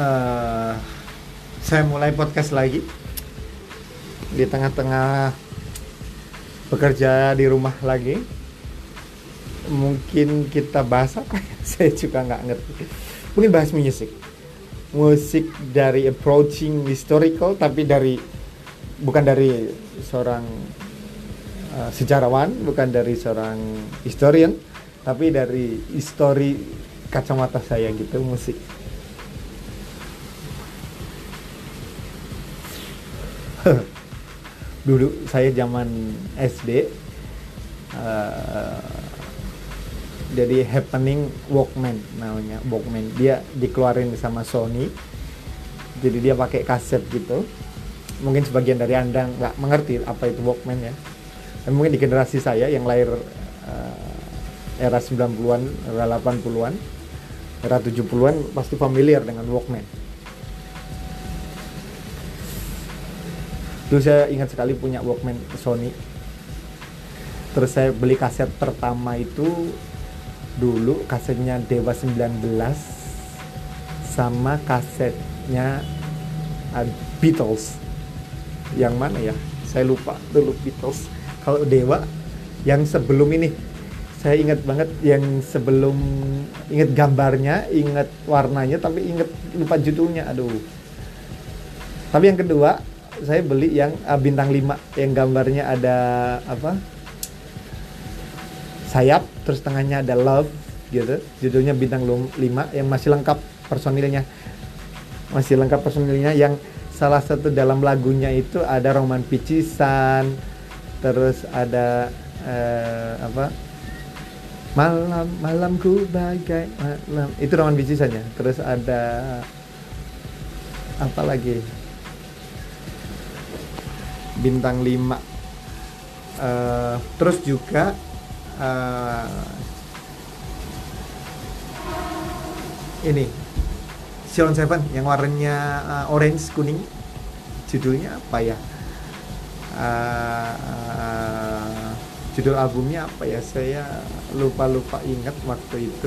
Eh, saya mulai podcast lagi di tengah-tengah bekerja di rumah lagi. Mungkin kita bahas apa ya? Saya juga nggak ngerti. Mungkin bahas musik dari approaching historical, tapi bukan dari seorang sejarawan, bukan dari seorang historian, tapi dari histori kacamata saya gitu, musik. Dulu saya zaman SD, jadi happening Walkman namanya, Walkman. Dia dikeluarin sama Sony, jadi dia pakai kaset gitu. Mungkin sebagian dari Anda nggak mengerti apa itu Walkman ya. Dan mungkin di generasi saya yang lahir era 90-an, era 80-an, era 70-an pasti familiar dengan Walkman. Dulu saya ingat sekali punya Walkman Sony. Terus saya beli kaset pertama itu dulu kasetnya Dewa 19 sama kasetnya Beatles. Yang mana ya? Saya lupa dulu Beatles. Kalau Dewa yang sebelum ini, saya ingat banget yang sebelum, ingat gambarnya, ingat warnanya, tapi ingat lupa judulnya. Aduh. Tapi yang kedua saya beli yang bintang 5 yang gambarnya ada apa? Sayap, terus tengahnya ada love gitu. Judulnya bintang 5 yang masih lengkap personilnya. Masih lengkap personilnya, yang salah satu dalam lagunya itu ada Roman Picisan, terus ada apa? Malamku bagai malam. Itu Roman Picisan ya. Terus ada apa lagi? Bintang 5. Terus juga ini Ceylon Seven yang warnanya orange kuning, judulnya apa ya? Judul albumnya apa ya? Saya lupa ingat waktu itu.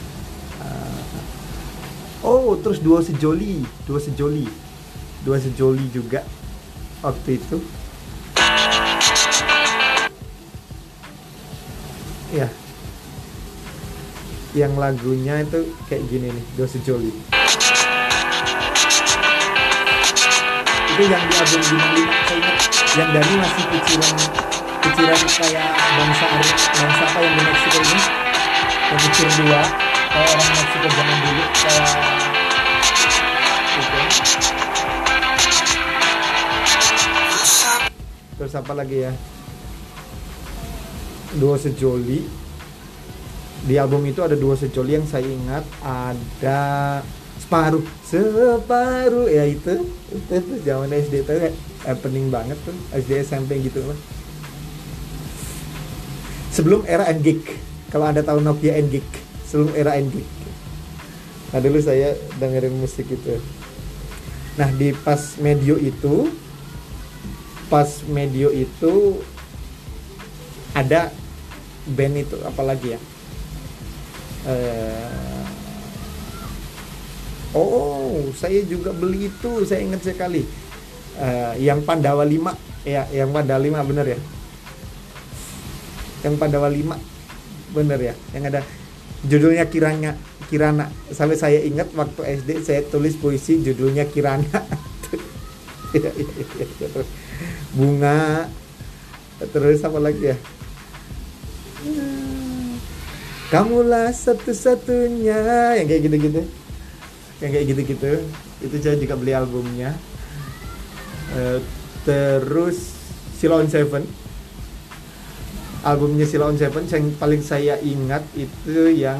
Terus Dua Sejoli juga waktu itu. Ya, yang lagunya itu kayak gini nih, Dua Sejoli. Itu yang di album Bintang 5, saya ingat. Yang Dani masih kecilan kayak bangsa apa yang di Meksiko ini, yang kecil 2, kayak orang Meksiko zaman dulu, kayak gitu. Terus apa lagi ya? Dua Sejoli. Di album itu ada Dua Sejoli yang saya ingat, ada Separuh ya, itu zaman SD itu happening banget tuh, SD SMP gitu lah. Sebelum era N-Gig, kalau Anda tahu Nokia N-Gig, sebelum era N-Gig. Nah dulu saya dengerin musik itu. Nah di pas medio itu ada band itu apalagi ya, saya juga beli itu, saya ingat sekali, yang Pandawa 5 ya, yang Pandawa 5 bener ya, yang Pandawa 5 bener ya, yang ada judulnya Kirana. Sampai saya ingat waktu SD saya tulis puisi judulnya Kirana. Terus Bunga, terus apa lagi ya, Kamulah satu-satunya, yang kayak gitu. Itu saya juga beli albumnya. Terus Ceylon Seven, albumnya Ceylon Seven yang paling saya ingat itu yang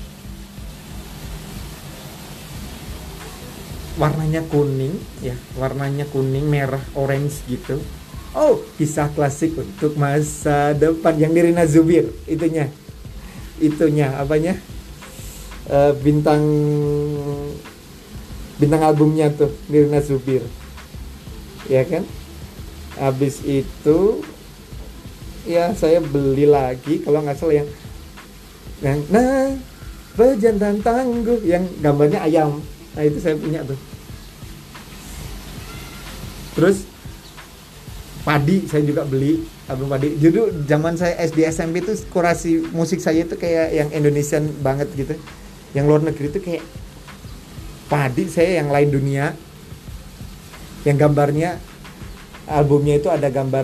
warnanya kuning ya, warnanya kuning, merah, orange gitu. Kisah klasik untuk masa depan yang Nirina Zubir, itunya apanya, bintang albumnya tuh Nirina Zubir ya kan. Habis itu ya saya beli lagi kalau nggak salah yang pejantan tangguh yang gambarnya ayam Nah itu saya punya tuh. Terus Padi saya juga beli album Padi. Jadi zaman saya SD SMP itu kurasi musik saya itu kayak yang Indonesian banget gitu. Yang luar negeri itu kayak Padi, saya yang lain dunia. Yang gambarnya albumnya itu ada gambar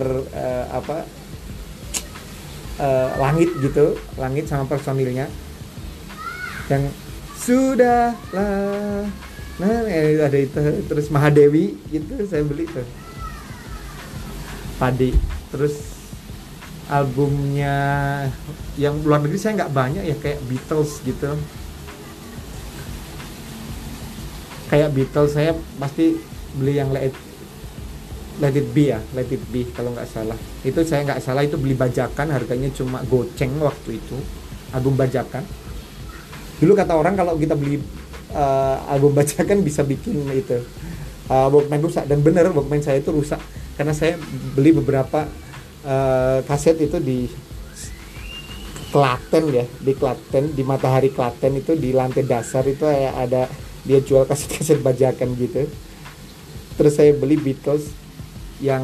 langit gitu, langit sama personilnya. Yang sudahlah, nah ada itu, terus Mahadewi gitu saya beli tuh. Padi. Terus albumnya yang luar negeri saya nggak banyak ya, kayak Beatles gitu. Kayak Beatles saya pasti beli yang Let It Be ya, Let It Be kalau nggak salah. Itu saya nggak salah itu beli bajakan, harganya cuma goceng waktu itu, album bajakan. Dulu kata orang kalau kita beli album bajakan bisa bikin itu Walkman rusak, dan bener Walkman saya itu rusak karena saya beli beberapa kaset itu di Klaten ya, di Klaten, di Matahari Klaten itu di lantai dasar itu ada dia jual kaset-kaset bajakan gitu. Terus saya beli Beatles yang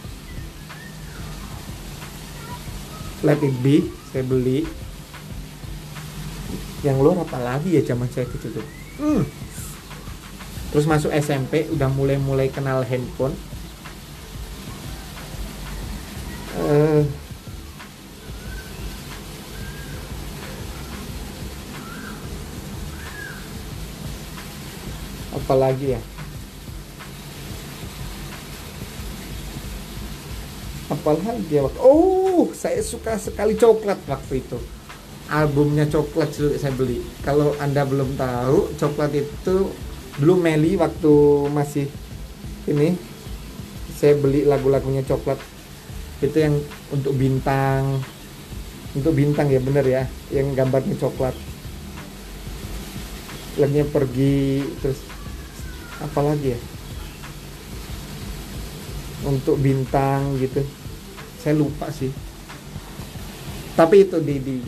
Let It Be, saya beli. Yang luar apa lagi ya zaman saya kecil tuh. Terus masuk SMP udah mulai kenal handphone. Apalagi ya? Apalagi ya waktu. Oh, saya suka sekali coklat waktu itu. Albumnya coklat saya beli. Kalau Anda belum tahu, coklat itu dulu Meli waktu masih ini, saya beli lagu-lagunya coklat. Itu yang untuk bintang ya, bener ya, yang gambarnya coklat. Lagunya Pergi, terus apa lagi ya, untuk bintang gitu, saya lupa sih. Tapi itu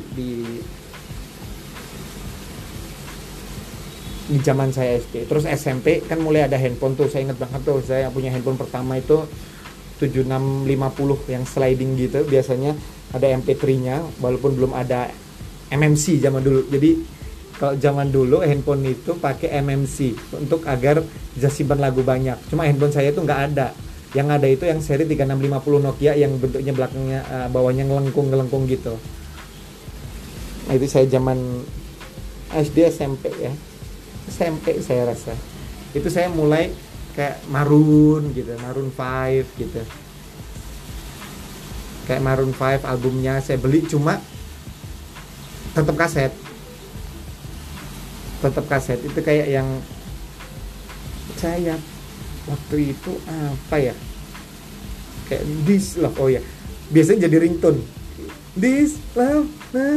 di zaman saya SD. Terus SMP kan mulai ada handphone tuh, saya inget banget tuh, saya punya handphone pertama itu 7650 yang sliding gitu, biasanya ada MP3-nya walaupun belum ada MMC zaman dulu. Jadi kalau zaman dulu handphone itu pakai MMC untuk agar bisa simpan lagu banyak. Cuma handphone saya itu nggak ada. Yang ada itu yang seri 3650 Nokia yang bentuknya belakangnya bawahnya ngelengkung gitu. Nah itu saya zaman SD SMP ya. SMP saya rasa. Itu saya mulai kayak Maroon gitu, Maroon 5 gitu. Kayak Maroon 5 albumnya saya beli, cuma tetap kaset. Itu kayak yang saya waktu itu apa ya, kayak This Love, oh ya biasanya jadi ringtone, This Love,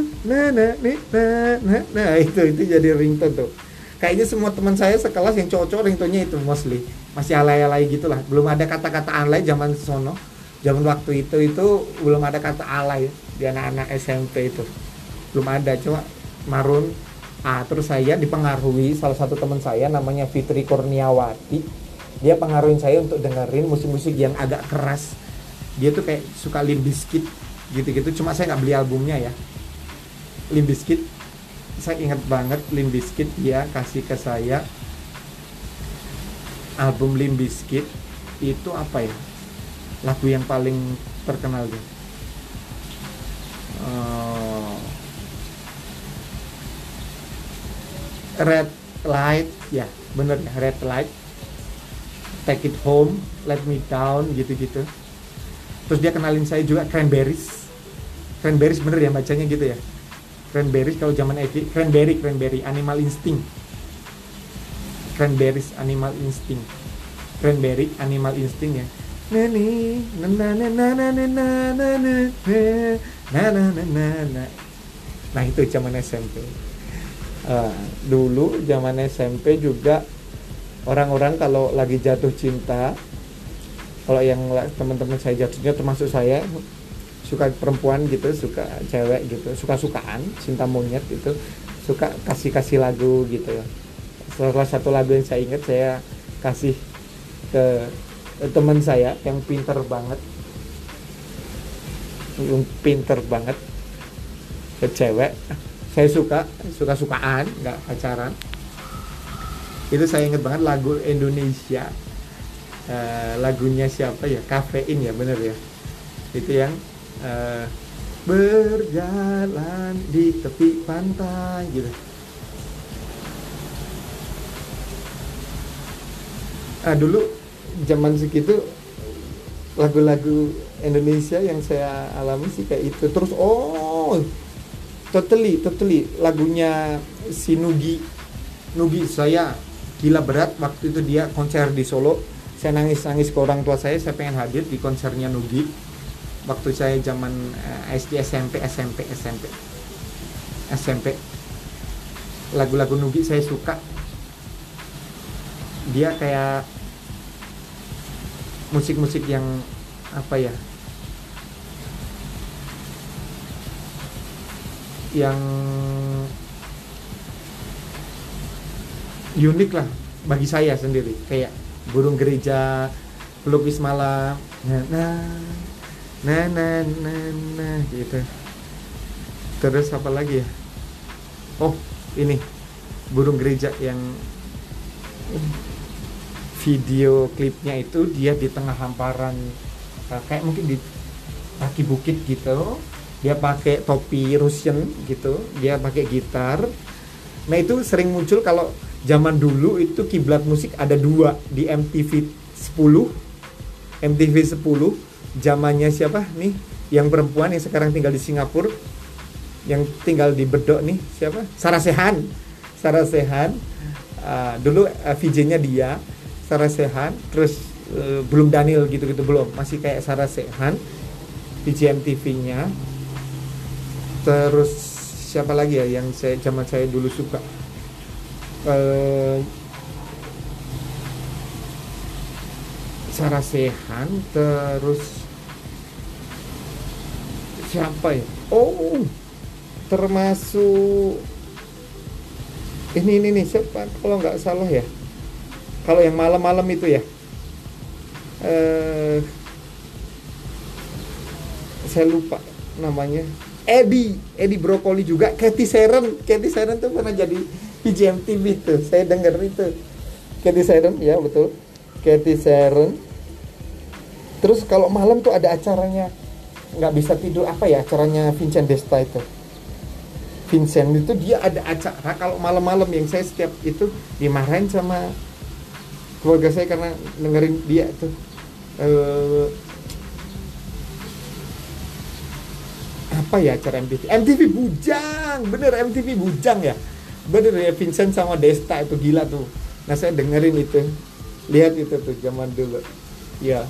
nah itu jadi ringtone tuh. Kayaknya semua teman saya sekelas yang cowok-cowok ringtone-nya itu mostly masih alay-alay gitulah, belum ada kata-kata alay zaman sono. Zaman waktu itu belum ada kata alay di anak-anak SMP itu, belum ada, cuma Maroon. Terus saya dipengaruhi salah satu teman saya namanya Fitri Kurniawati. Dia pengaruhin saya untuk dengerin musik-musik yang agak keras. Dia tuh kayak suka Limp Bizkit gitu-gitu. Cuma saya nggak beli albumnya ya. Limp Bizkit, saya ingat banget Limp Bizkit, dia kasih ke saya album Limp Bizkit. Itu apa ya, lagu yang paling terkenal tuh, Red Light ya, bener ya, Red Light, Take It Home, Let Me Down gitu-gitu. Terus dia kenalin saya juga Cranberries bener ya bacanya gitu ya, Cranberries kalau zaman SD. Cranberry Animal Instinct. Cranberry Animal Instinct ya. Nah itu zaman SMP. Dulu zaman SMP juga orang-orang kalau lagi jatuh cinta, kalau yang teman-teman saya jatuhnya termasuk saya, suka perempuan gitu, suka cewek gitu, suka-sukaan, cinta monyet gitu, suka kasih lagu gitu ya. salah satu lagu yang saya ingat saya kasih ke teman saya yang pinter banget ke cewek. Saya suka-sukaan, nggak pacaran. Itu saya ingat banget lagu Indonesia. Lagunya siapa ya? Kafein ya, bener ya. Itu yang berjalan di tepi pantai gitu. Dulu zaman segitu lagu-lagu Indonesia yang saya alami sih kayak itu. Terus totally lagunya si Nugi saya gila berat waktu itu dia konser di Solo. Saya nangis ke orang tua saya pengen hadir di konsernya Nugi waktu saya zaman SD SMP. Lagu-lagu Nugi saya suka. Dia kayak musik-musik yang apa ya, yang unik lah bagi saya sendiri, kayak Burung Gereja, Pelukis Malam, nah gitu. Terus apa lagi ya? Ini Burung Gereja yang video klipnya itu dia di tengah hamparan, kayak mungkin di kaki bukit gitu. Dia pakai topi Russian gitu, dia pakai gitar. Nah itu sering muncul kalau zaman dulu itu kiblat musik ada 2 di MTV 10 zamannya siapa nih yang perempuan yang sekarang tinggal di Singapura, yang tinggal di Bedok nih, siapa? Sarah Sechan. Dulu VJ-nya dia Sarah Sechan, terus belum Daniel gitu-gitu, belum, masih kayak Sarah Sechan VJ MTV-nya. Terus siapa lagi ya yang zaman saya dulu suka? Sarah Sechan, terus siapa ya? Termasuk ini nih, siapa kalau nggak salah ya? Kalau yang malam-malam itu ya, saya lupa namanya. Eddie Brokoli juga. Cathy Sharon tuh pernah jadi PJMTV tuh, saya denger itu. Cathy Sharon, ya betul, Cathy Sharon. Terus kalau malam tuh ada acaranya, nggak bisa tidur, apa ya acaranya Vincent Desta itu. Vincent itu dia ada acara kalau malam-malam yang saya setiap itu dimarahin sama keluarga saya karena dengerin dia tuh. Apa ya acara MTV Bujang, bener MTV Bujang ya, bener ya, Vincent sama Desta itu gila tuh. Nah saya dengerin itu, lihat itu tuh zaman dulu ya.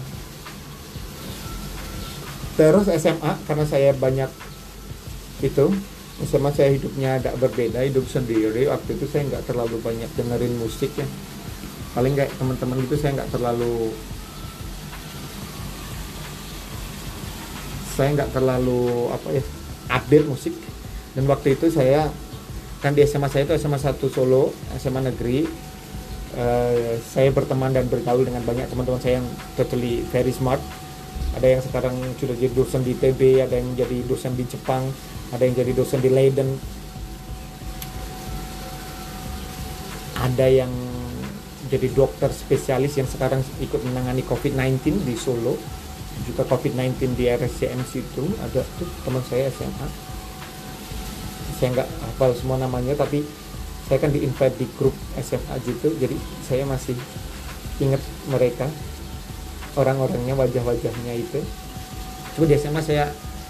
Terus SMA, karena saya banyak itu, SMA saya hidupnya agak berbeda, hidup sendiri. Waktu itu saya nggak terlalu banyak dengerin musik ya, paling kayak teman-teman gitu. Saya nggak terlalu update musik. Dan waktu itu saya kan di SMA saya itu SMA 1 Solo, SMA negeri. Saya berteman dan bergaul dengan banyak teman-teman saya yang totally very smart. Ada yang sekarang sudah jadi dosen di ITB, ada yang jadi dosen di Jepang, ada yang jadi dosen di Leiden, ada yang jadi dokter spesialis yang sekarang ikut menangani COVID-19 di Solo, juga COVID-19 di RSCM situ. Ada tuh teman saya SMA, saya nggak hafal semua namanya, tapi saya kan di-invite di grup SMA gitu, jadi saya masih ingat mereka, orang-orangnya, wajah-wajahnya itu. Cuma di SMA saya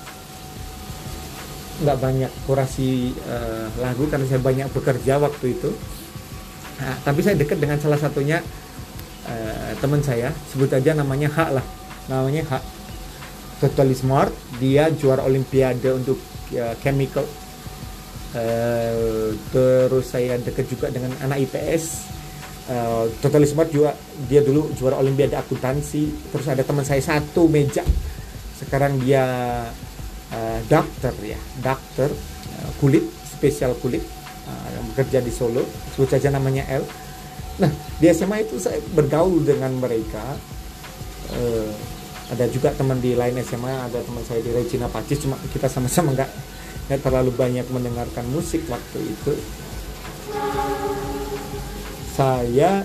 nggak banyak kurasi lagu karena saya banyak bekerja waktu itu. Nah, tapi saya dekat dengan salah satunya teman saya, sebut aja namanya namanya H, totally smart. Dia juara olimpiade untuk chemical. Terus saya dekat juga dengan anak IPS, totally smart juga, dia dulu juara olimpiade akuntansi. Terus ada teman saya satu meja, sekarang dia dokter kulit, spesial kulit, yang bekerja di Solo, sebut saja namanya L. Nah, di SMA itu saya bergaul dengan mereka. Ada juga teman di lain SMA, ada teman saya di Regina Pacis, cuma kita sama-sama nggak terlalu banyak mendengarkan musik waktu itu. Saya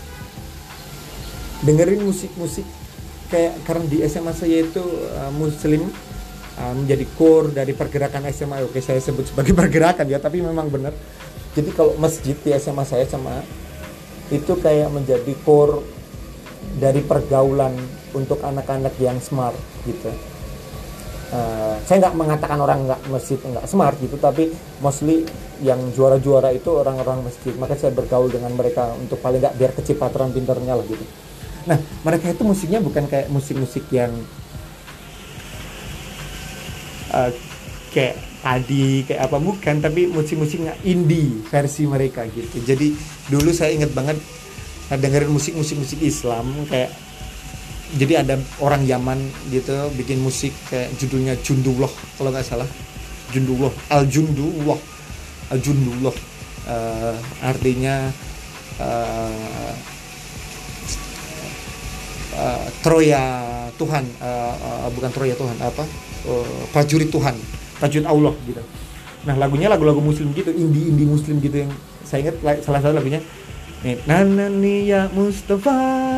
dengerin musik-musik kayak, karena di SMA saya itu Muslim, menjadi core dari pergerakan SMA. Oke, saya sebut sebagai pergerakan ya, tapi memang benar. Jadi kalau masjid di SMA saya sama itu kayak menjadi core dari pergaulan untuk anak-anak yang smart gitu. Saya nggak mengatakan orang nggak masjid nggak smart gitu, tapi mostly yang juara-juara itu orang-orang masjid. Maka saya bergaul dengan mereka untuk paling nggak biar kecipratan pinternya lah gitu. Nah, mereka itu musiknya bukan kayak musik-musik yang kayak tadi kayak apa, bukan, tapi musik-musiknya indie versi mereka gitu. Jadi dulu saya ingat banget dengerin musik Islam kayak, jadi ada orang Yaman gitu bikin musik kayak judulnya Jundullah kalau nggak salah, Al-Jundullah, artinya Troya Tuhan, bukan Troya Tuhan, prajurit Tuhan, prajurit Allah gitu. Nah, lagunya lagu-lagu Muslim gitu, indie Muslim gitu, yang saya ingat salah satu lagunya Nanani ya Mustafa.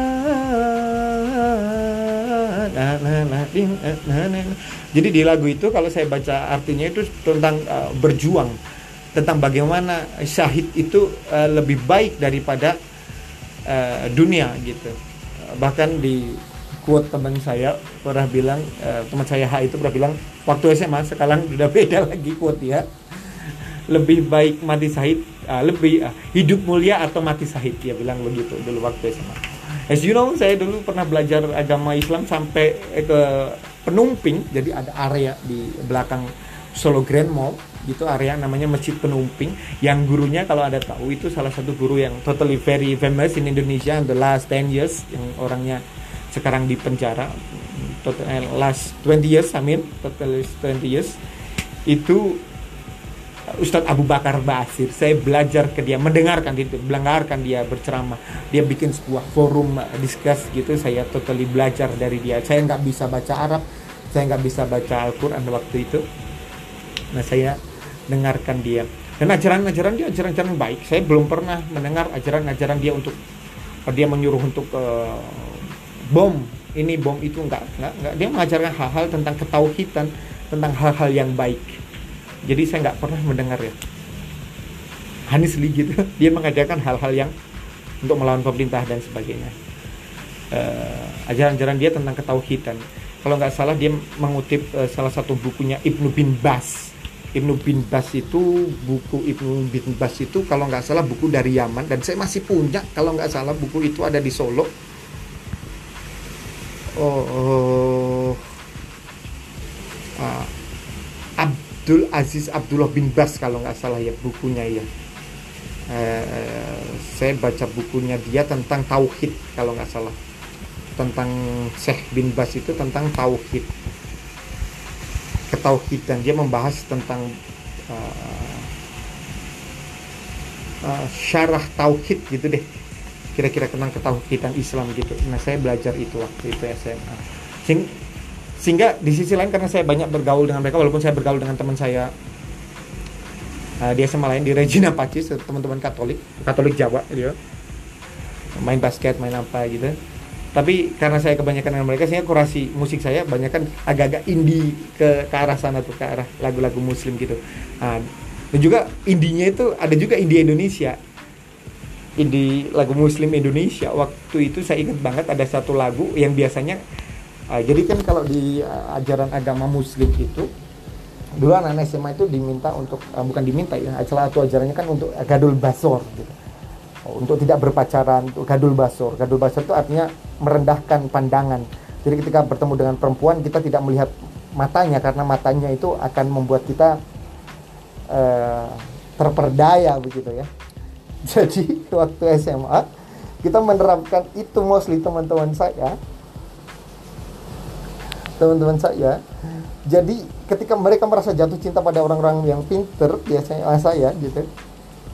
Jadi di lagu itu kalau saya baca artinya itu tentang berjuang, tentang bagaimana syahid itu lebih baik daripada dunia gitu. Bahkan di quote teman saya pernah bilang, teman saya H itu pernah bilang waktu SMA, sekarang udah beda lagi quote ya. Lebih baik mati syahid, lebih hidup mulia atau mati syahid, dia bilang begitu dulu waktu SMA. As you know, saya dulu pernah belajar agama Islam sampai ke Penumping. Jadi ada area di belakang Solo Grand Mall gitu, area namanya Masjid Penumping, yang gurunya kalau ada tahu itu salah satu guru yang totally very famous in Indonesia in the last 10 years, yang orangnya sekarang di penjara, last 20 years, totally 20 years, itu Ustadz Abu Bakar Basir. Saya belajar ke dia, mendengarkan dia berceramah. Dia bikin sebuah forum discuss gitu. Saya totally belajar dari dia. Saya nggak bisa baca Arab, saya nggak bisa baca Al-Quran waktu itu. Nah, saya dengarkan dia. Dan ajaran-ajaran dia ajaran-ajaran baik. Saya belum pernah mendengar ajaran-ajaran dia untuk dia menyuruh untuk bom ini, bom itu, enggak. Dia mengajarkan hal-hal tentang ketauhidan, tentang hal-hal yang baik. Jadi saya nggak pernah mendengar ya honestly gitu dia mengajarkan hal-hal yang untuk melawan pemerintah dan sebagainya. Ajaran-ajaran dia tentang ketauhidan. Kalau nggak salah dia mengutip salah satu bukunya Ibnu bin Bas. Ibnu bin Bas itu kalau nggak salah buku dari Yaman, dan saya masih punya kalau nggak salah buku itu ada di Solo. Abdul Aziz Abdullah bin Bas kalau nggak salah ya bukunya ya. Saya baca bukunya dia tentang tauhid kalau nggak salah, tentang Syekh bin Bas itu tentang tauhid, ketauhidan. Dia membahas tentang syarah tauhid gitu deh, kira-kira tentang ketauhidan Islam gitu. Nah, saya belajar itu waktu itu SMA. Sehingga di sisi lain, karena saya banyak bergaul dengan mereka, walaupun saya bergaul dengan teman saya di SMA lain di Regina Pacis, teman-teman Katolik Jawa gitu, main basket, main apa gitu. Tapi karena saya kebanyakan dengan mereka, sehingga kurasi musik saya banyak kan agak-agak indie ke arah sana tuh, ke arah lagu-lagu Muslim gitu. Dan juga indinya itu ada juga indie Indonesia, indie lagu Muslim Indonesia. Waktu itu saya ingat banget ada satu lagu yang biasanya jadi kan kalau di ajaran agama Muslim itu dulu anak-anak SMA itu diminta untuk bukan diminta ya, salah satu ajarannya kan untuk gadul basor gitu. Untuk tidak berpacaran, untuk gadul basor. Gadul basor itu artinya merendahkan pandangan. Jadi ketika bertemu dengan perempuan, kita tidak melihat matanya, karena matanya itu akan membuat kita terperdaya begitu ya. Jadi waktu SMA kita menerapkan itu mostly teman-teman saya. Jadi ketika mereka merasa jatuh cinta pada orang-orang yang pinter, biasanya saya gitu,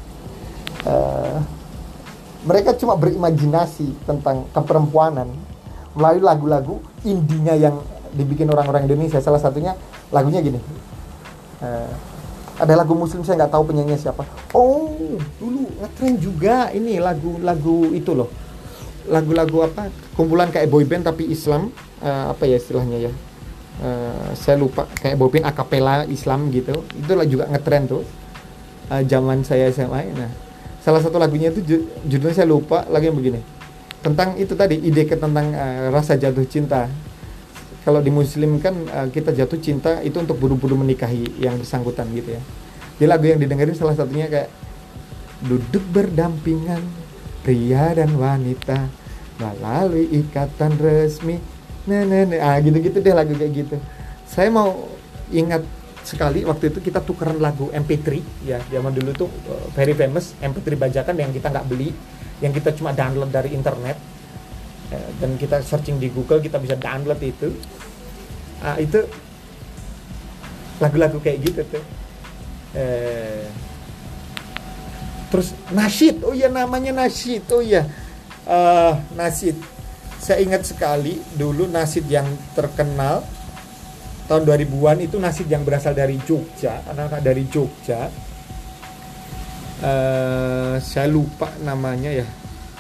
Eh, Mereka cuma berimajinasi tentang keperempuanan melalui lagu-lagu indinya yang dibikin orang-orang Indonesia. Salah satunya lagunya gini. Eh, ada lagu Muslim, saya nggak tahu penyanyinya siapa. Oh, dulu ngetren juga ini lagu-lagu itu loh. Lagu-lagu apa? Kumpulan kayak boyband tapi Islam. Apa ya istilahnya ya? Saya lupa. Kayak boyband akapela Islam gitu. Itu lah juga ngetren tuh. Zaman saya SMA. Nah, salah satu lagunya itu judulnya saya lupa, lagunya begini. Tentang itu tadi, ide tentang rasa jatuh cinta. Kalau di Muslim kan kita jatuh cinta itu untuk buru-buru menikahi yang bersangkutan gitu ya. Di lagu yang didengerin salah satunya kayak duduk berdampingan pria dan wanita melalui ikatan resmi. Gitu-gitu deh lagu kayak gitu. Saya mau ingat sekali waktu itu kita tukeran lagu MP3 ya, zaman dulu tuh very famous MP3 bajakan yang kita nggak beli, yang kita cuma download dari internet, dan kita searching di Google kita bisa download itu. Itu lagu-lagu kayak gitu tuh. Terus nasyid, oh iya namanya nasyid, oh iya nasyid. Saya ingat sekali dulu nasyid yang terkenal tahun 2000-an itu nasyid yang berasal dari Jogja, anak-anak dari Jogja. Saya lupa namanya ya.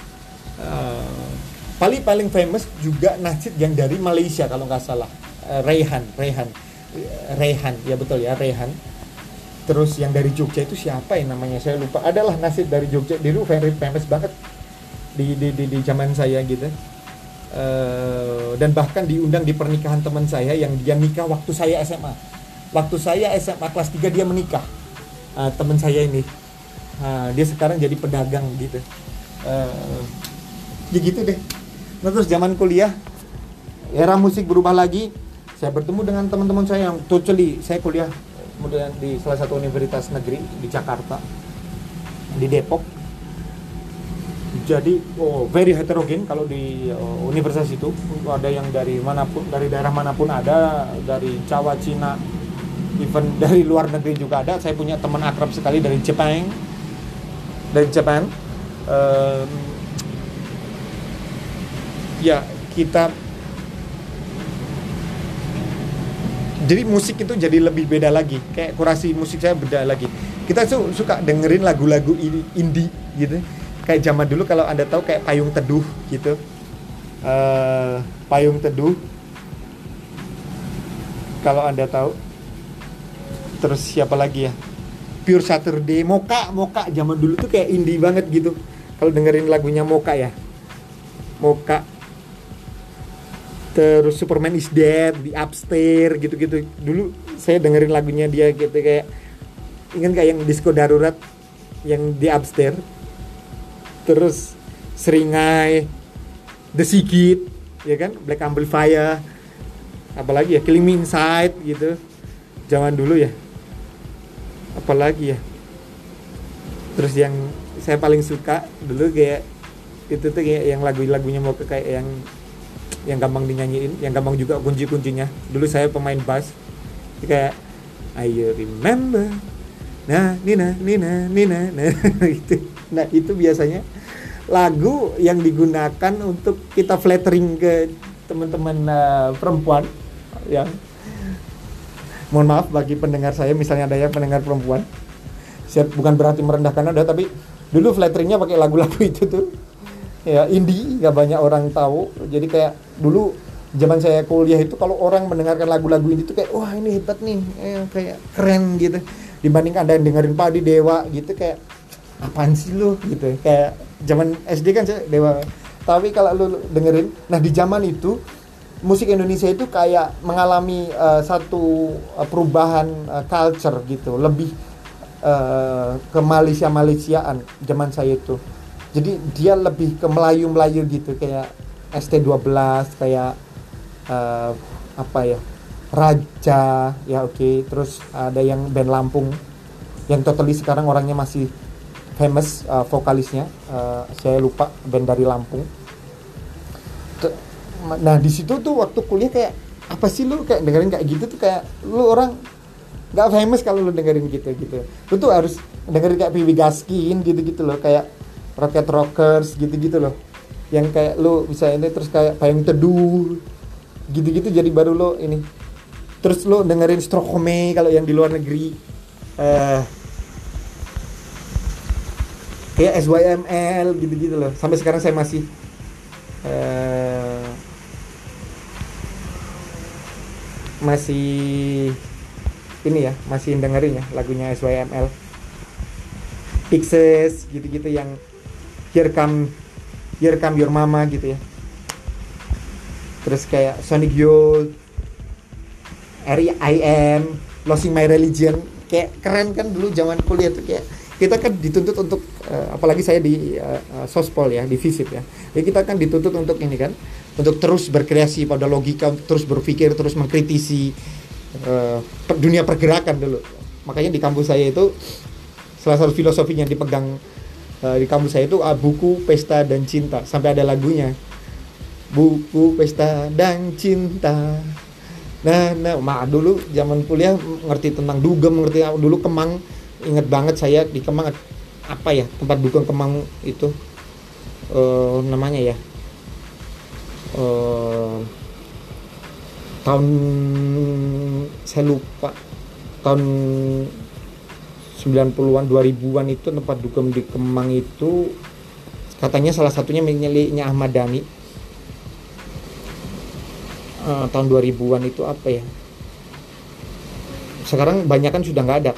Paling famous juga nasyid yang dari Malaysia kalau nggak salah. Rehan, ya betul ya, Rehan. Terus yang dari Jogja itu siapa ya namanya? Saya lupa. Adalah nasyid dari Jogja, dulu very famous banget di zaman saya gitu. Dan bahkan diundang di pernikahan teman saya yang dia nikah waktu saya SMA. Waktu saya SMA kelas 3 dia menikah. Teman saya ini. Dia sekarang jadi pedagang gitu. Ya gitu deh. Nah, terus zaman kuliah, era musik berubah lagi. Saya bertemu dengan teman-teman saya yang totally, saya kuliah kemudian di salah satu universitas negeri di Jakarta, di Depok. Jadi very heterogen kalau di universitas itu, ada yang dari manapun, dari daerah manapun ada, dari Jawa, Cina, even dari luar negeri juga ada. Saya punya teman akrab sekali dari Jepang, ya kita, jadi musik itu jadi lebih beda lagi, kayak kurasi musik saya beda lagi. Kita suka dengerin lagu-lagu indie gitu. Kayak zaman dulu kalau Anda tahu kayak Payung Teduh gitu. Payung Teduh kalau Anda tahu. Terus siapa lagi ya? Pure Saturday, Mocha zaman dulu tuh kayak indie banget gitu. Kalau dengerin lagunya Mocha ya. Mocha. Terus Superman is Dead, di Upstairs gitu-gitu. Dulu saya dengerin lagunya dia gitu, kayak ingat kayak yang Disco Darurat yang di Upstairs. Terus Seringai, The Sigit, ya kan, Black Amplifier, apalagi ya, Killing Me Inside gitu, zaman dulu ya, apalagi ya. Terus yang saya paling suka dulu kayak itu tuh kayak yang lagu-lagunya mau kayak yang gampang dinyanyiin, yang gampang juga kunci-kuncinya. Dulu saya pemain bass, kayak I remember. Nah, Nina, nah itu. Nah, itu biasanya lagu yang digunakan untuk kita flattering ke teman-teman perempuan yang, mohon maaf bagi pendengar saya, misalnya ada yang pendengar perempuan. Saya bukan berarti merendahkan Anda, tapi dulu flatteringnya pakai lagu-lagu itu tuh. Ya, indie, gak banyak orang tahu. Jadi kayak dulu zaman saya kuliah itu kalau orang mendengarkan lagu-lagu indie itu kayak wah ini hebat nih, kayak keren gitu. Dibanding Anda yang dengerin Padi Dewa gitu, kayak apaan sih lu gitu. Kayak zaman SD kan saya Dewa. Tapi kalau lu dengerin, nah di zaman itu musik Indonesia itu kayak mengalami satu perubahan culture gitu, lebih ke Malaysiaan zaman saya itu. Jadi dia lebih ke Melayu gitu, kayak ST12, kayak apa ya, Raja ya, oke. Terus ada yang band Lampung yang totally sekarang orangnya masih famous, vokalisnya saya lupa, band dari Lampung. Nah di situ tuh waktu kuliah kayak apa sih lu kayak dengerin kayak gitu tuh, kayak lu orang nggak famous kalau lu dengerin gitu. Lu tuh harus dengerin kayak PW Gaskin gitu loh, kayak Rocket Rockers gitu loh, yang kayak lu bisa ini, terus kayak Payung Teduh gitu, jadi baru lo ini. Terus lo dengerin Strohome kalau yang di luar negeri, kayak SYML gitu loh. Sampai sekarang saya masih ini ya, masih dengerin ya lagunya SYML, Pixies gitu yang Here Come Your Mama gitu ya. Terus kayak Sonic Youth, R.I.M., Losing My Religion, kayak keren kan dulu zaman kuliah tuh. Kayak kita kan dituntut untuk apalagi saya di sospol ya, di FISIP ya. Jadi kita kan dituntut untuk ini kan, untuk terus berkreasi pada logika, untuk terus berpikir, terus mengkritisi dunia pergerakan dulu. Makanya di kampus saya itu salah satu filosofi yang dipegang di kampus saya itu buku, pesta, dan cinta. Sampai ada lagunya, buku, pesta, dan cinta. Nah, dulu zaman kuliah ngerti tentang dugem, ngerti dulu Kemang. Ingat banget saya di Kemang, apa ya, tempat dugem Kemang itu namanya ya, tahun saya lupa, tahun 90-an 2000-an itu tempat dugem di Kemang itu katanya salah satunya miliknya Ahmad Dhani. Tahun 2000-an itu apa ya, sekarang banyak kan sudah nggak ada,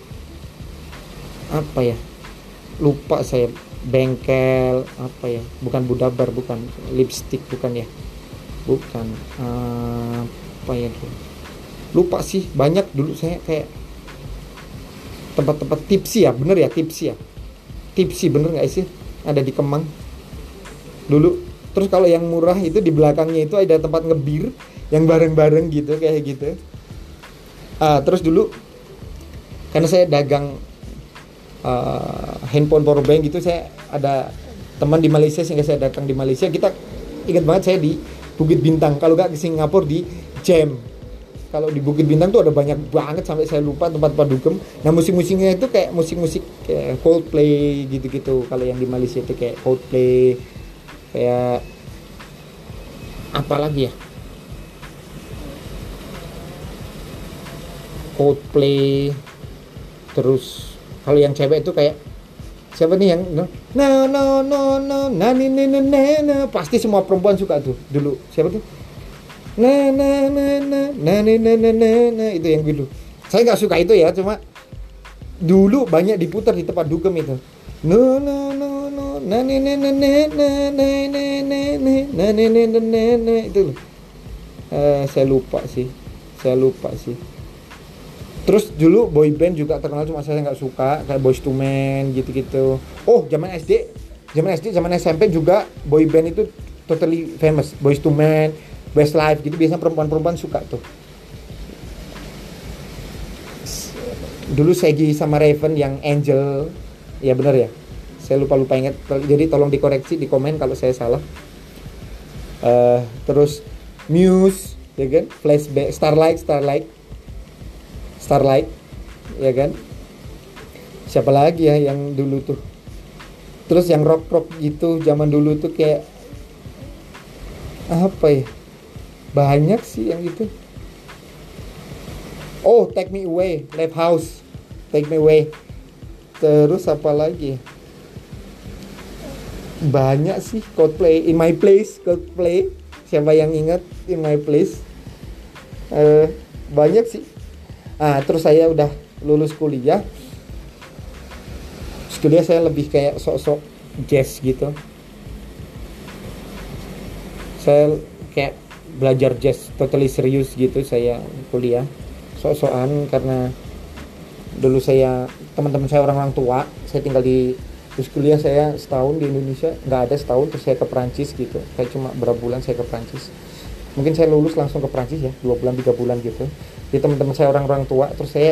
apa ya, lupa saya. Bengkel apa ya, bukan Budabar, bukan Lipstick, bukan ya, bukan apa ya, lupa sih. Banyak dulu saya kayak tempat-tempat tipsi ya, bener ya, tipsi bener nggak sih, ada di Kemang dulu. Terus kalau yang murah itu di belakangnya itu ada tempat ngebir yang bareng-bareng gitu, kayak gitu. Terus dulu karena saya dagang handphone powerbank gitu, saya ada teman di Malaysia sehingga saya datang di Malaysia. Kita ingat banget saya di Bukit Bintang, kalau nggak ke Singapura di Jam. Kalau di Bukit Bintang tuh ada banyak banget sampai saya lupa tempat dugem. Nah, musik-musiknya itu kayak musik-musik kayak Coldplay gitu-gitu. Kalau yang di Malaysia itu kayak Coldplay, kayak apa lagi ya, Coldplay. Terus kalau yang cewek itu kayak siapa nih yang no pasti semua perempuan suka tuh dulu. Siapa tuh? Itu yang dulu. Saya nggak suka itu ya, cuma dulu banyak diputar di tempat dugem itu. Itu saya lupa sih. Terus dulu boy band juga terkenal, cuma saya nggak suka, kayak Boyz II Men gitu-gitu. Oh, zaman SMP juga boy band itu totally famous. Boyz II Men, Westlife gitu, biasanya perempuan-perempuan suka tuh. Dulu Shaggy sama Raven yang Angel, ya benar ya. Saya lupa ingat. Jadi tolong dikoreksi di komen kalau saya salah. Terus Muse, ya kan? Flashback, Starlight, ya kan? Siapa lagi ya yang dulu tuh? Terus yang rock gitu zaman dulu tuh kayak apa ya? Banyak sih yang gitu. Oh, Take Me Away, Live House, Take Me Away. Terus apa lagi? Banyak sih. Coldplay, In My Place, Coldplay. Siapa yang ingat In My Place? Banyak sih. Terus saya udah lulus kuliah. Kuliah saya lebih kayak sok-sok jazz gitu. Saya kayak belajar jazz totally serius gitu saya kuliah. Sok-sokan karena dulu teman-teman saya orang tua. Saya tinggal di terus kuliah saya setahun di Indonesia, nggak ada setahun, terus saya ke Perancis gitu. Kayak cuma berapa bulan saya ke Perancis. Mungkin saya lulus langsung ke Perancis ya, 2 bulan 3 bulan gitu. Jadi teman-teman saya orang tua, terus saya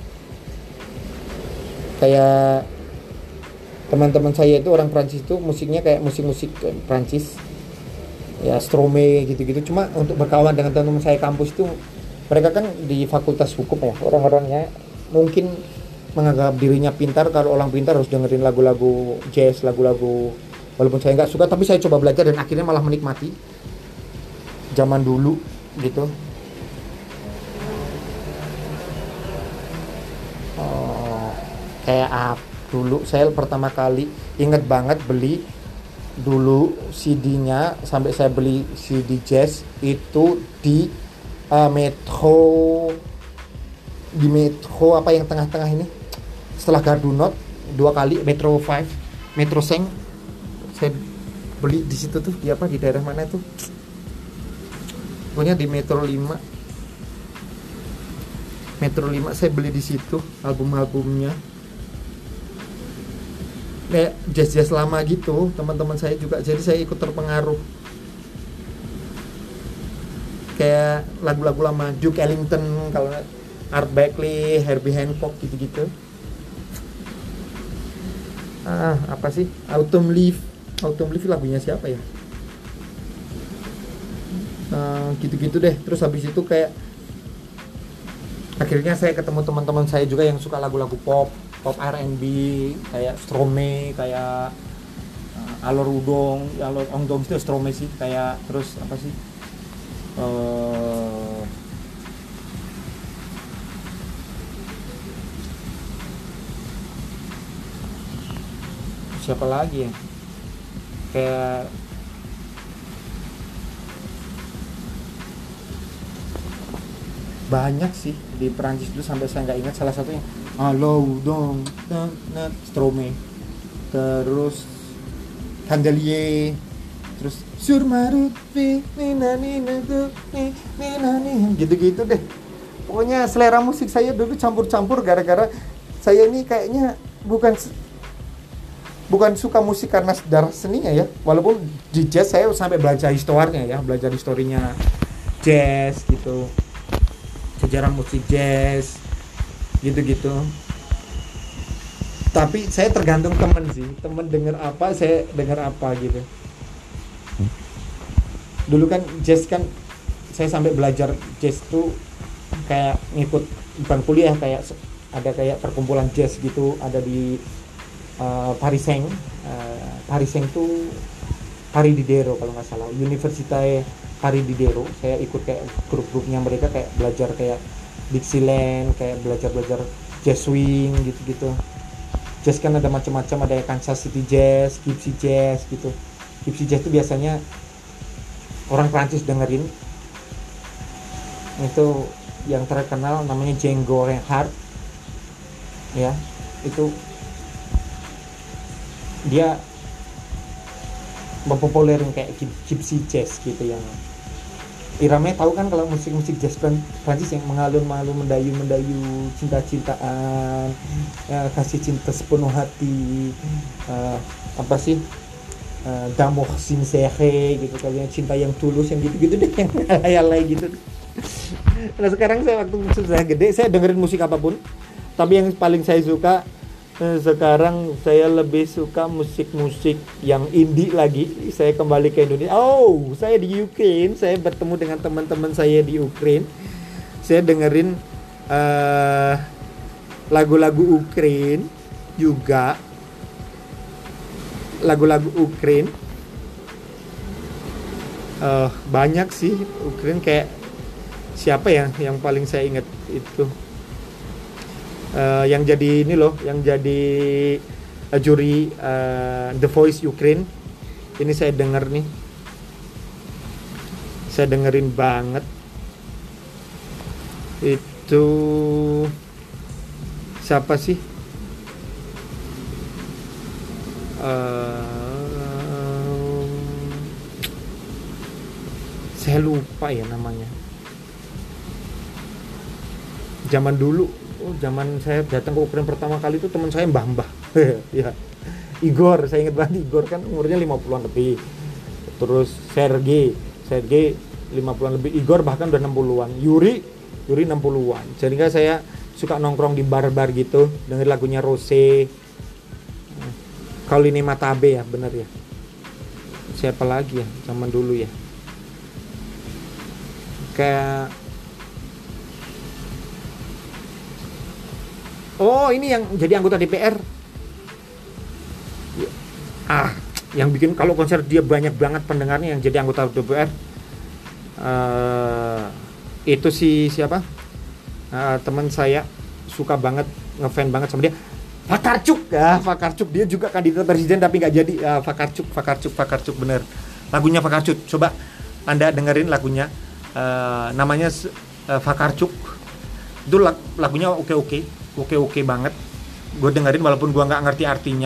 kayak teman-teman saya itu orang Perancis itu musiknya kayak musik-musik Perancis ya, Stromae gitu-gitu. Cuma untuk berkawan dengan teman-teman saya kampus itu Mereka kan di fakultas hukum ya, orang-orangnya mungkin menganggap dirinya pintar. Kalau orang pintar harus dengerin lagu-lagu jazz, lagu-lagu, walaupun saya nggak suka, tapi saya coba belajar dan akhirnya malah menikmati zaman dulu gitu. Oh, kayak dulu saya pertama kali inget banget beli dulu CD-nya, sampai saya beli CD jazz itu di Metro apa yang tengah-tengah ini, setelah Gardunot 2 kali, Metro 5, Metro Seng, saya beli di situ tuh, di apa, di daerah mana tuh, pokoknya di Metro 5 saya beli di situ album-albumnya, kayak jazz lama gitu, teman-teman saya juga, jadi saya ikut terpengaruh. Kayak lagu-lagu lama Duke Ellington, kalau Art Blakey, Herbie Hancock gitu-gitu. Apa sih? Autumn Leaf lagunya siapa ya? Gitu-gitu deh. Terus habis itu kayak akhirnya saya ketemu teman-teman saya juga yang suka lagu-lagu pop R&B, kayak Stromae, kayak Alor Ongdong itu Stromae sih, kayak terus apa sih? Siapa lagi ya? Kayak banyak sih di Perancis dulu, sampai saya nggak ingat, salah satunya Allo dong Stromae, terus Candelier, terus Sur Marut gitu-gitu deh. Pokoknya selera musik saya dulu campur-campur, gara-gara saya ini kayaknya bukan suka musik karena darah seninya ya, walaupun di jazz saya sampai belajar historinya jazz gitu, sejarah musik jazz gitu-gitu. Tapi saya tergantung temen denger apa, saya denger apa gitu. Dulu kan jazz kan saya sampai belajar jazz tuh kayak ngikut, bukan kuliah, kayak ada kayak perkumpulan jazz gitu, ada di Paris Saint tuh Paris Diderot kalau nggak salah, Universitas Paris Diderot. Saya ikut kayak grup-grupnya mereka, kayak belajar kayak Dixieland, kayak belajar jazz swing gitu-gitu. Jazz kan ada macam-macam, ada Kansas City Jazz, Gypsy Jazz gitu. Gypsy Jazz itu biasanya orang Prancis dengerin. Itu yang terkenal namanya Django Reinhardt ya, itu dia mempopulerin kayak Gypsy Jazz gitu, yang iramanya tahu kan kalau musik jazz Prancis yang mengalun-alun, mendayu cinta-cintaan, kasih cinta sepenuh hati, apa sih, d'amour sincère gitu, kalian cinta yang tulus, yang gitu-gitu deh, yang alay-alay gitu. Nah sekarang saya waktu sudah gede, saya dengerin musik apapun, tapi yang paling saya suka sekarang, saya lebih suka musik-musik yang indie lagi. Saya kembali ke Indonesia. Saya di Ukraine, saya bertemu dengan teman-teman saya di Ukraine. Saya dengerin lagu-lagu Ukraine juga, lagu-lagu Ukraine banyak sih. Ukraine kayak siapa ya yang paling saya ingat itu, yang jadi ini loh, yang jadi juri The Voice Ukraine. Ini saya denger nih, saya dengerin banget. Itu siapa sih, saya lupa ya namanya. Zaman dulu, zaman saya datang ke Ukraina pertama kali itu, teman saya mbah-mbah ya, Igor, saya ingat banget. Igor kan umurnya 50-an lebih, terus Sergei 50-an lebih, Igor bahkan udah 60-an, Yuri 60-an. Jadi kan saya suka nongkrong di bar-bar gitu, denger lagunya Rose, Colline Matabe ya, bener ya. Siapa lagi ya zaman dulu ya, kayak Oh, ini yang jadi anggota DPR. Yang bikin kalau konser dia banyak banget pendengarnya yang jadi anggota DPR. Itu siapa? Teman saya suka banget, ngefan banget sama dia. Vakarchuk, dia juga kandidat presiden tapi nggak jadi. Vakarchuk bener. Lagunya Vakarchuk, coba Anda dengerin lagunya. Namanya Vakarchuk. Itu lagunya oke banget. Gue dengerin walaupun gue nggak ngerti artinya.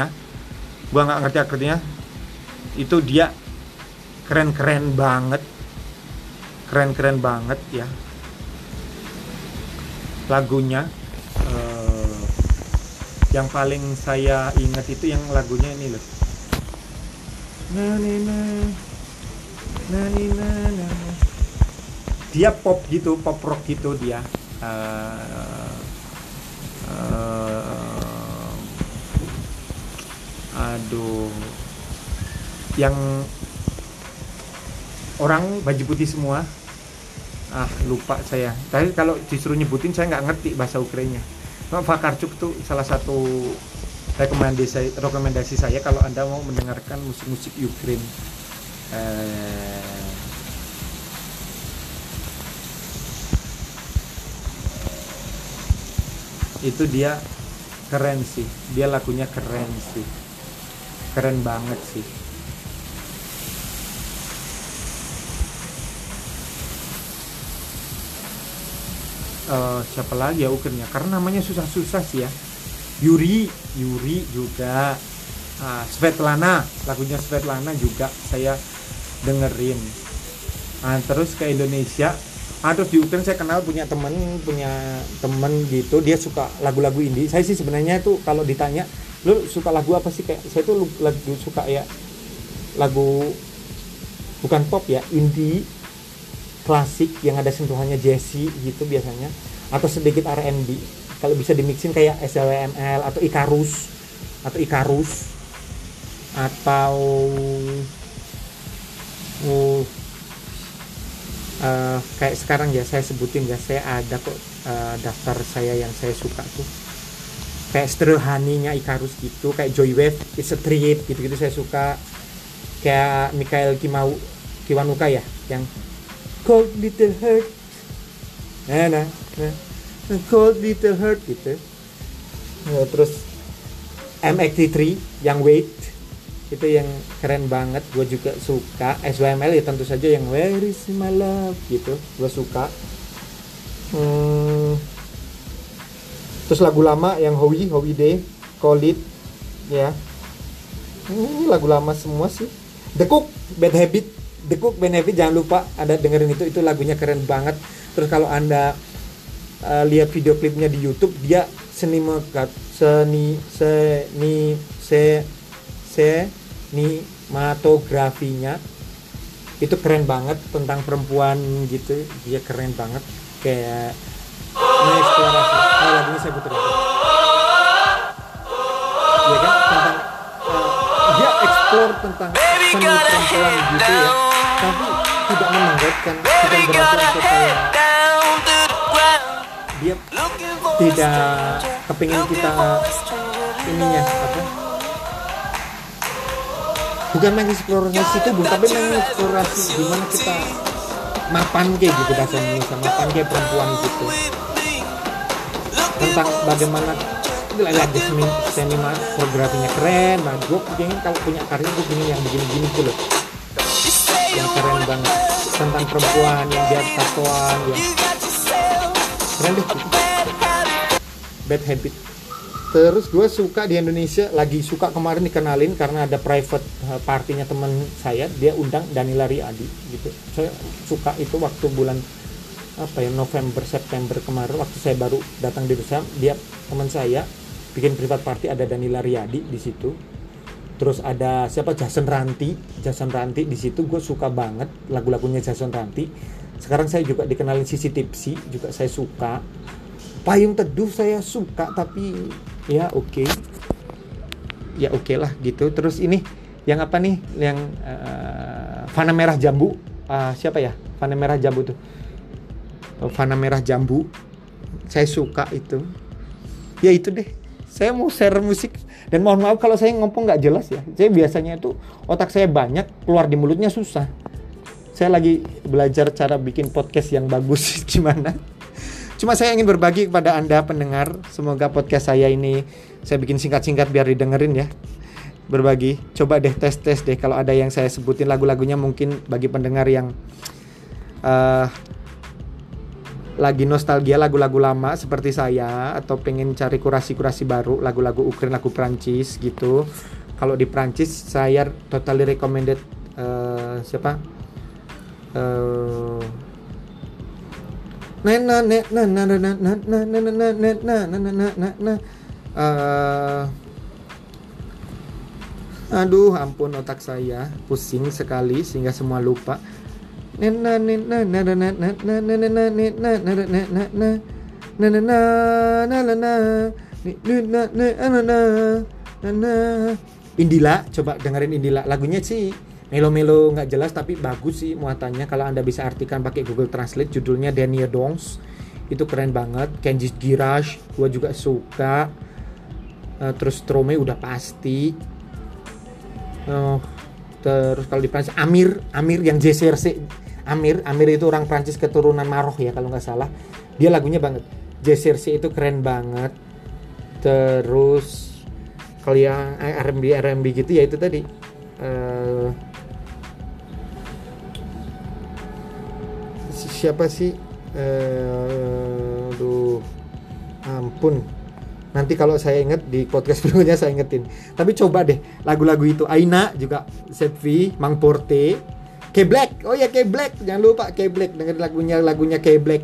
Itu dia keren banget ya lagunya. Yang paling saya ingat itu yang lagunya ini loh, dia pop gitu, pop rock gitu dia. Yang orang baju putih semua, lupa saya. Tapi kalau disuruh nyebutin saya nggak ngerti bahasa Ukraina. Vakarchuk tuh salah satu rekomendasi saya kalau Anda mau mendengarkan musik-musik Ukraina. Itu dia keren sih, dia lagunya keren sih, keren banget sih. Siapa lagi ya Ukraina, karena namanya susah-susah sih ya. Yuri juga. Svetlana, lagunya Svetlana juga saya dengerin. Terus ke Indonesia, terus di Ukraina saya kenal punya temen gitu, dia suka lagu-lagu indie. Saya sih sebenarnya tuh kalau ditanya lu suka lagu apa sih, kayak saya tuh lagu suka ya lagu bukan pop ya, indie klasik yang ada sentuhannya jazzy gitu biasanya, atau sedikit R&B. Kalau bisa dimixin kayak SLWML atau Icarus atau kayak sekarang ya saya sebutin ya, saya ada kok daftar saya yang saya suka tuh kayak Stereo Honey-nya Icarus gitu, kayak Joywave, It's a Treat gitu saya suka. Kayak Mikhail Kiwanuka ya yang Cold Little Heart, Cold Little Heart gitu. Terus MX3 yang Wait itu yang keren banget, gue juga suka. SYML ya tentu saja yang Where Is My Love gitu, gue suka. Terus lagu lama yang Howie Day, Call It ya. Ini lagu lama semua sih. The Cook, Bad Habit, jangan lupa Anda dengerin itu lagunya keren banget. Terus kalau Anda lihat video klipnya di YouTube, dia sinematografinya itu keren banget, tentang perempuan gitu, dia keren banget, kayak mengeksplorasi. Lagunya saya putar lagi. Ya kan, tentang dia explore tentang seni perempuan gitu ya, tapi tidak menanggapkan, bukan berarti untuk kayak dia tidak kepingin kita ininya apa, bukan mengeksplorasi itu, tapi mengeksplorasi gimana kita mapan kayak gitu, bahasa Indonesia mapan kayak perempuan gitu, tentang bagaimana lagi sinematografinya keren. Nah gue pengen kalau punya karya gue pengen yang begini-gini tuh loh, yang keren banget tentang perempuan yang dia tatoan ya, keren deh gitu. Bad Habit. Terus gue suka di Indonesia, lagi suka kemarin dikenalin karena ada private partinya teman saya, dia undang Danila Riyadi gitu. Saya suka itu waktu bulan November September kemarin, waktu saya baru datang di Indonesia, dia teman saya bikin private party, ada Danila Riyadi di situ. Terus ada siapa, Jason Ranti di situ. Gue suka banget lagu-lagunya Jason Ranti. Sekarang saya juga dikenalin Sisi Tipsy, juga saya suka. Payung Teduh saya suka, tapi ya oke lah gitu. Terus ini yang apa nih, yang Fana Merah Jambu, siapa ya Fana Merah Jambu tuh, Fana Merah Jambu saya suka itu. Ya itu deh, saya mau share musik. Dan mohon maaf kalau saya ngomong nggak jelas ya. Saya biasanya itu otak saya banyak, keluar di mulutnya susah. Saya lagi belajar cara bikin podcast yang bagus gimana. Cuma saya ingin berbagi kepada Anda pendengar. Semoga podcast saya ini saya bikin singkat-singkat biar didengerin ya. Berbagi, coba deh tes deh kalau ada yang saya sebutin lagu-lagunya, mungkin bagi pendengar yang lagi nostalgia lagu-lagu lama seperti saya, atau pengen cari kurasi-kurasi baru lagu-lagu Ukraina, lagu Prancis gitu. Kalau di Prancis saya totally recommended siapa? Aduh ampun, otak saya pusing sekali sehingga semua lupa. Indila, coba dengerin Indila. Lagunya sih melo-melo nggak jelas tapi bagus sih muatannya. Kalau Anda bisa artikan pakai Google Translate, judulnya Denia Dongs. Itu keren banget. Kenji Girash gua juga suka. Terus Stromae udah pasti. Terus kalau di Prancis Amir yang JCRC. Amir itu orang Prancis keturunan Maroc ya kalau nggak salah. Dia lagunya banget. JCRC itu keren banget. Terus kalau yang R&B gitu ya itu tadi. Siapa sih? Aduh, ampun. Nanti kalau saya inget di podcast berikutnya saya ingetin. Tapi coba deh lagu-lagu itu. Aina juga, Sepvi, Mang Porte, K-Black. Oh ya K-Black, jangan lupa K-Black. Dengerin lagunya K-Black.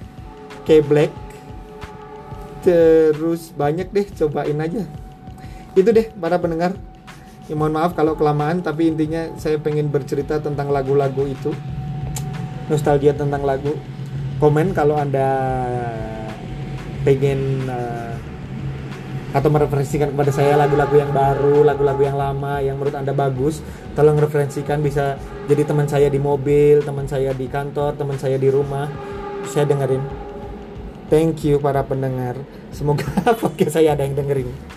Terus banyak deh, cobain aja. Itu deh para pendengar. Ya, mohon maaf kalau kelamaan, tapi intinya saya pengen bercerita tentang lagu-lagu itu. Nostalgia tentang lagu. Komen kalau Anda pengen atau mereferensikan kepada saya lagu-lagu yang baru, lagu-lagu yang lama yang menurut Anda bagus. Tolong referensikan, bisa jadi teman saya di mobil, teman saya di kantor, teman saya di rumah. Saya dengerin. Thank you para pendengar. Semoga podcast saya ada yang dengerin.